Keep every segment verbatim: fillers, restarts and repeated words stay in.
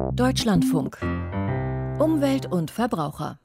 Deutschlandfunk. Umwelt und Verbraucher.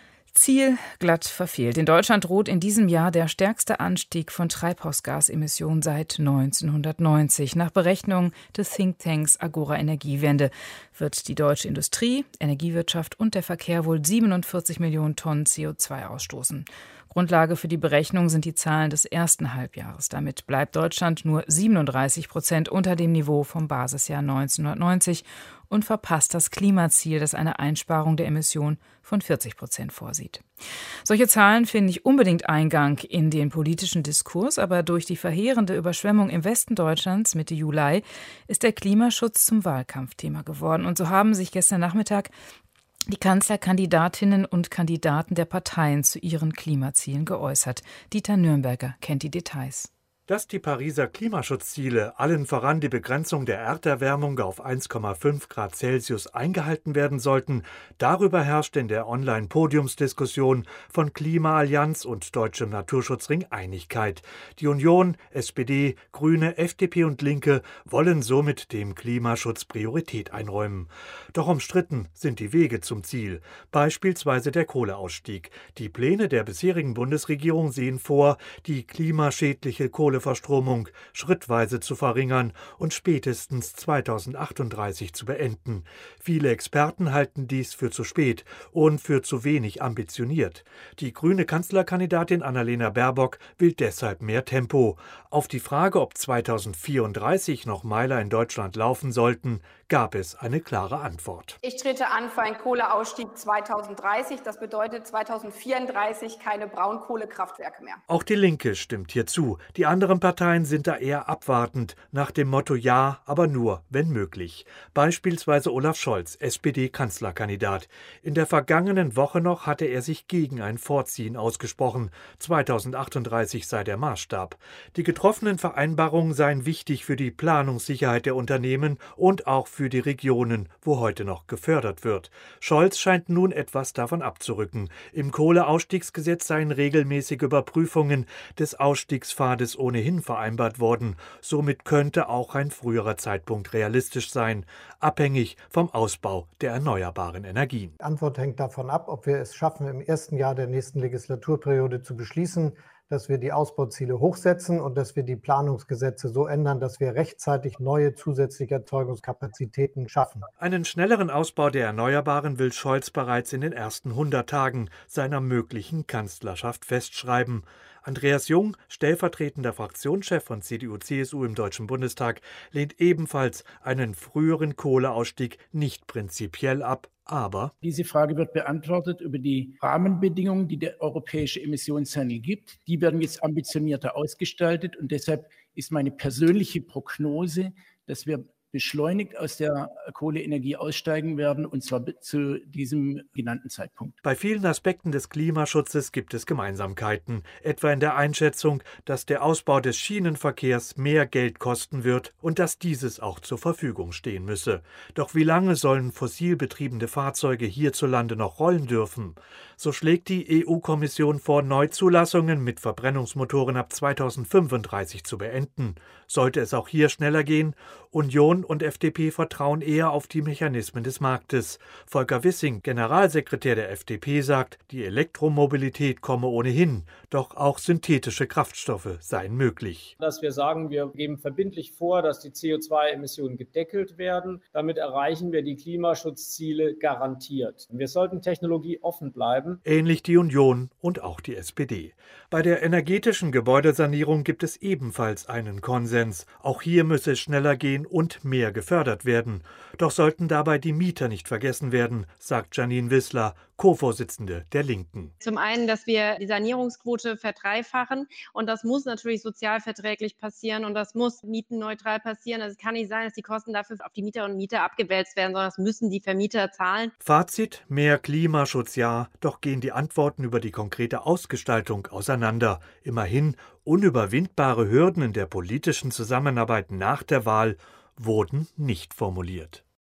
Ziel glatt verfehlt. In Deutschland droht in diesem Jahr der stärkste Anstieg von Treibhausgasemissionen seit neunzehnhundertneunzig. Nach Berechnungen des Thinktanks Agora Energiewende wird die deutsche Industrie, Energiewirtschaft und der Verkehr wohl siebenundvierzig Millionen Tonnen C O zwei ausstoßen. Grundlage für die Berechnung sind die Zahlen des ersten Halbjahres. Damit bleibt Deutschland nur siebenunddreißig Prozent unter dem Niveau vom Basisjahr neunzehnhundertneunzig und verpasst das Klimaziel, das eine Einsparung der Emissionen von vierzig Prozent vorsieht. Solche Zahlen finden nicht unbedingt Eingang in den politischen Diskurs, aber durch die verheerende Überschwemmung im Westen Deutschlands Mitte Juli ist der Klimaschutz zum Wahlkampfthema geworden. Und so haben sich gestern Nachmittag die Kanzlerkandidatinnen und Kandidaten der Parteien zu ihren Klimazielen geäußert. Dieter Nürnberger kennt die Details. Dass die Pariser Klimaschutzziele, allen voran die Begrenzung der Erderwärmung auf eins Komma fünf Grad Celsius eingehalten werden sollten, darüber herrscht in der Online-Podiumsdiskussion von Klimaallianz und Deutschem Naturschutzring Einigkeit. Die Union, S P D, Grüne, F D P und Linke wollen somit dem Klimaschutz Priorität einräumen. Doch umstritten sind die Wege zum Ziel, beispielsweise der Kohleausstieg. Die Pläne der bisherigen Bundesregierung sehen vor, die klimaschädliche Kohle Verstromung schrittweise zu verringern und spätestens zweitausendachtunddreißig zu beenden. Viele Experten halten dies für zu spät und für zu wenig ambitioniert. Die grüne Kanzlerkandidatin Annalena Baerbock will deshalb mehr Tempo. Auf die Frage, ob zweitausendvierunddreißig noch Meiler in Deutschland laufen sollten, gab es eine klare Antwort. Ich trete an für einen Kohleausstieg zweitausenddreißig. Das bedeutet zweitausendvierunddreißig keine Braunkohlekraftwerke mehr. Auch die Linke stimmt hier zu. Die anderen Parteien sind da eher abwartend, nach dem Motto ja, aber nur, wenn möglich. Beispielsweise Olaf Scholz, S P D-Kanzlerkandidat. In der vergangenen Woche noch hatte er sich gegen ein Vorziehen ausgesprochen. zweitausendachtunddreißig sei der Maßstab. Die getroffenen Vereinbarungen seien wichtig für die Planungssicherheit der Unternehmen und auch für die Regionen, wo heute noch gefördert wird. Scholz scheint nun etwas davon abzurücken. Im Kohleausstiegsgesetz seien regelmäßige Überprüfungen des Ausstiegspfades ohnehin vereinbart worden. Somit könnte auch ein früherer Zeitpunkt realistisch sein, abhängig vom Ausbau der erneuerbaren Energien. Die Antwort hängt davon ab, ob wir es schaffen, im ersten Jahr der nächsten Legislaturperiode zu beschließen, dass wir die Ausbauziele hochsetzen und dass wir die Planungsgesetze so ändern, dass wir rechtzeitig neue zusätzliche Erzeugungskapazitäten schaffen. Einen schnelleren Ausbau der Erneuerbaren will Scholz bereits in den ersten hundert Tagen seiner möglichen Kanzlerschaft festschreiben. Andreas Jung, stellvertretender Fraktionschef von C D U C S U im Deutschen Bundestag, lehnt ebenfalls einen früheren Kohleausstieg nicht prinzipiell ab. Aber diese Frage wird beantwortet über die Rahmenbedingungen, die der europäische Emissionshandel gibt. Die werden jetzt ambitionierter ausgestaltet und deshalb ist meine persönliche Prognose, dass wir beschleunigt aus der Kohleenergie aussteigen werden, und zwar zu diesem genannten Zeitpunkt. Bei vielen Aspekten des Klimaschutzes gibt es Gemeinsamkeiten, etwa in der Einschätzung, dass der Ausbau des Schienenverkehrs mehr Geld kosten wird und dass dieses auch zur Verfügung stehen müsse. Doch wie lange sollen fossil betriebene Fahrzeuge hierzulande noch rollen dürfen? So schlägt die E U-Kommission vor, Neuzulassungen mit Verbrennungsmotoren ab zweitausendfünfunddreißig zu beenden. Sollte es auch hier schneller gehen? Union und F D P vertrauen eher auf die Mechanismen des Marktes. Volker Wissing, Generalsekretär der F D P, sagt, die Elektromobilität komme ohnehin, doch auch synthetische Kraftstoffe seien möglich. Dass wir sagen, wir geben verbindlich vor, dass die C O zwei Emissionen gedeckelt werden. Damit erreichen wir die Klimaschutzziele garantiert. Wir sollten technologieoffen bleiben. Ähnlich die Union und auch die S P D. Bei der energetischen Gebäudesanierung gibt es ebenfalls einen Konsens. Auch hier müsse es schneller gehen und mehr gefördert werden. Doch sollten dabei die Mieter nicht vergessen werden, sagt Janine Wissler, Co-Vorsitzende der Linken. Zum einen, dass wir die Sanierungsquote verdreifachen, und das muss natürlich sozialverträglich passieren und das muss mietenneutral passieren. Also es kann nicht sein, dass die Kosten dafür auf die Mieter und Mieter abgewälzt werden, sondern das müssen die Vermieter zahlen. Fazit: Mehr Klimaschutz ja, doch gehen die Antworten über die konkrete Ausgestaltung auseinander. Immerhin, unüberwindbare Hürden in der politischen Zusammenarbeit nach der Wahl wurden nicht formuliert.